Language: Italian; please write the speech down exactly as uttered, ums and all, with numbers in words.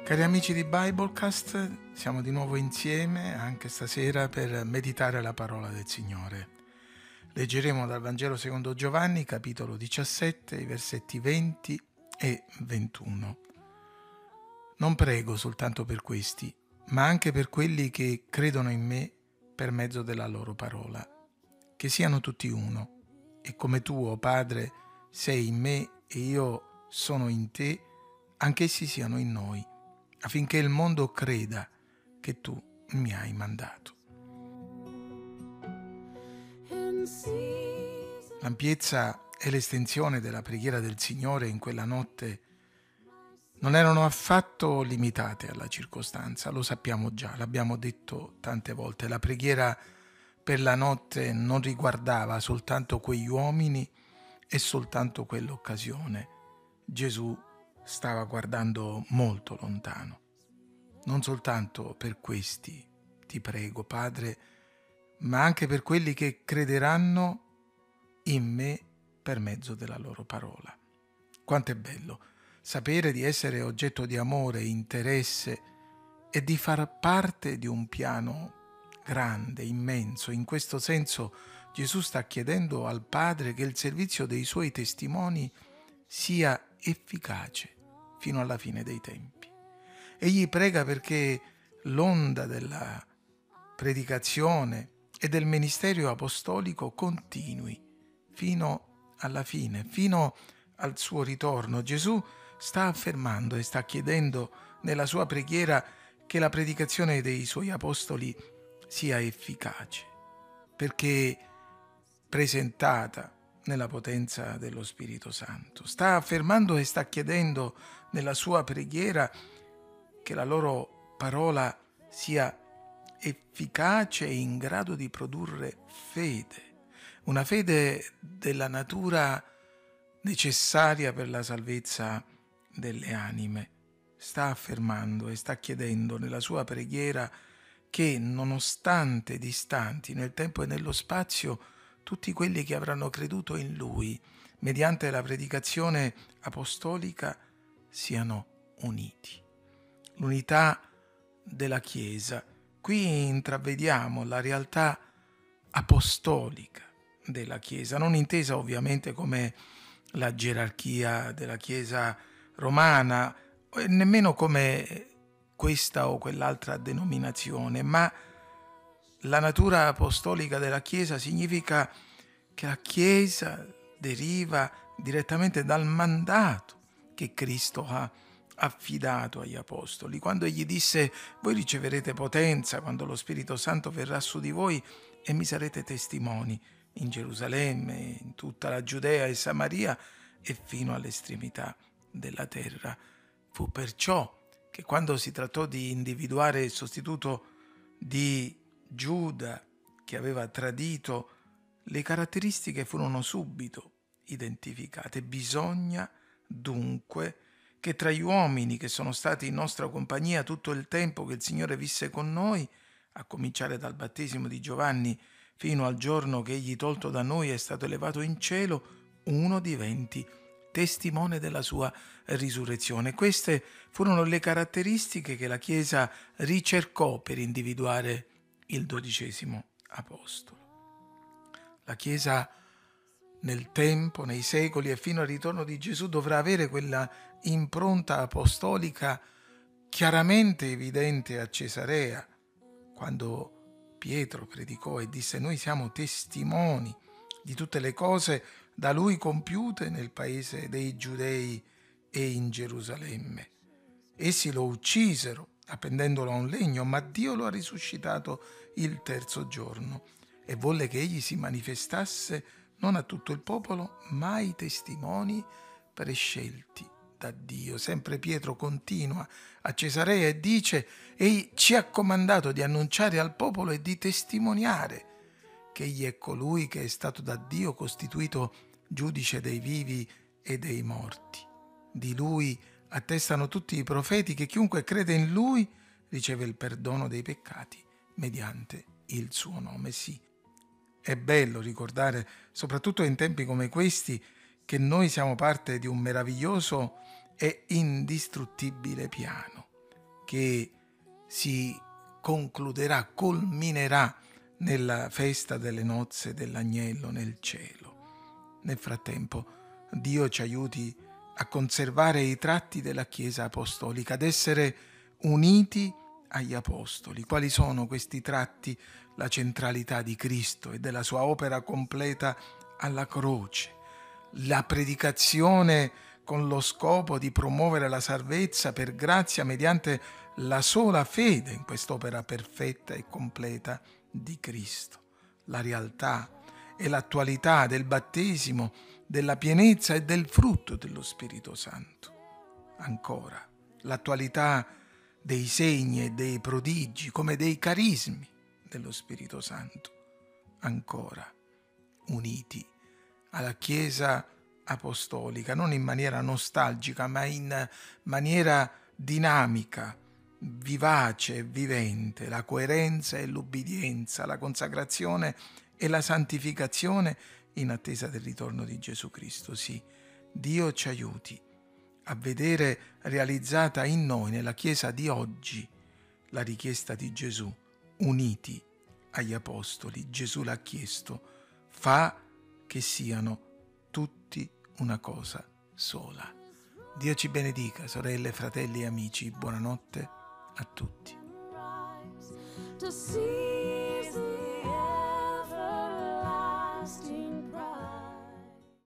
Cari amici di Biblecast, siamo di nuovo insieme anche stasera per meditare la parola del Signore. Leggeremo dal Vangelo secondo Giovanni, capitolo diciassette, i versetti venti e ventuno. Non prego soltanto per questi, ma anche per quelli che credono in me per mezzo della loro parola, che siano tutti uno, e come tu, o Padre, sei in me e io sono in te, anch'essi siano in noi, affinché il mondo creda che tu mi hai mandato. L'ampiezza e l'estensione della preghiera del Signore in quella notte non erano affatto limitate alla circostanza, lo sappiamo già, l'abbiamo detto tante volte. La preghiera per la notte non riguardava soltanto quegli uomini e soltanto quell'occasione. Gesù stava guardando molto lontano. Non soltanto per questi ti prego, Padre, ma anche per quelli che crederanno in me per mezzo della loro parola. Quanto è bello sapere di essere oggetto di amore, interesse e di far parte di un piano grande, immenso. In questo senso Gesù sta chiedendo al Padre che il servizio dei suoi testimoni sia efficace fino alla fine dei tempi. Egli prega perché l'onda della predicazione e del ministero apostolico continui fino alla fine, fino al suo ritorno. Gesù sta affermando e sta chiedendo nella sua preghiera che la predicazione dei suoi apostoli sia efficace, perché presentata nella potenza dello Spirito Santo. Sta affermando e sta chiedendo nella sua preghiera che la loro parola sia efficace e in grado di produrre fede, una fede della natura necessaria per la salvezza delle anime. Sta affermando e sta chiedendo nella sua preghiera che, nonostante distanti nel tempo e nello spazio, tutti quelli che avranno creduto in Lui, mediante la predicazione apostolica, siano uniti. L'unità della Chiesa. Qui intravediamo la realtà apostolica della Chiesa, non intesa ovviamente come la gerarchia della Chiesa romana, e nemmeno come questa o quell'altra denominazione, ma la natura apostolica della Chiesa significa che la Chiesa deriva direttamente dal mandato che Cristo ha affidato agli apostoli. Quando egli disse: voi riceverete potenza quando lo Spirito Santo verrà su di voi e mi sarete testimoni in Gerusalemme, in tutta la Giudea e Samaria e fino all'estremità della terra. Fu perciò che quando si trattò di individuare il sostituto di Giuda che aveva tradito, le caratteristiche furono subito identificate. Bisogna dunque che tra gli uomini che sono stati in nostra compagnia tutto il tempo che il Signore visse con noi, a cominciare dal battesimo di Giovanni fino al giorno che egli tolto da noi è stato elevato in cielo, uno diventi testimone della sua risurrezione. Queste furono le caratteristiche che la Chiesa ricercò per individuare il dodicesimo apostolo. La Chiesa nel tempo, nei secoli e fino al ritorno di Gesù dovrà avere quella impronta apostolica chiaramente evidente a Cesarea, quando Pietro predicò e disse: noi siamo testimoni di tutte le cose da lui compiute nel paese dei Giudei e in Gerusalemme. Essi lo uccisero appendendolo a un legno, ma Dio lo ha risuscitato il terzo giorno e volle che egli si manifestasse non a tutto il popolo, ma ai testimoni prescelti da Dio. Sempre Pietro continua a Cesarea e dice: egli ci ha comandato di annunciare al popolo e di testimoniare che egli è colui che è stato da Dio costituito giudice dei vivi e dei morti. Di lui attestano tutti i profeti che chiunque crede in lui riceve il perdono dei peccati mediante il suo nome. Sì, è bello ricordare, soprattutto in tempi come questi, che noi siamo parte di un meraviglioso e indistruttibile piano. che si concluderà, culminerà nella festa delle nozze dell'agnello nel cielo. Nel frattempo, Dio ci aiuti a conservare i tratti della Chiesa apostolica, ad essere uniti agli apostoli. Quali sono questi tratti? La centralità di Cristo e della sua opera completa alla croce, la predicazione con lo scopo di promuovere la salvezza per grazia mediante la sola fede in quest'opera perfetta e completa di Cristo, la realtà e l'attualità del battesimo, della pienezza e del frutto dello Spirito Santo. Ancora, l'attualità dei segni e dei prodigi come dei carismi dello Spirito Santo. Ancora, uniti alla Chiesa apostolica, non in maniera nostalgica, ma in maniera dinamica, vivace e vivente, la coerenza e l'ubbidienza, la consacrazione e la santificazione in attesa del ritorno di Gesù Cristo. Sì, Dio ci aiuti a vedere realizzata in noi, nella Chiesa di oggi, la richiesta di Gesù, uniti agli Apostoli. Gesù l'ha chiesto, fa che siano tutti una cosa sola. Dio ci benedica, sorelle, fratelli e amici, buonanotte a tutti. To seize the everlasting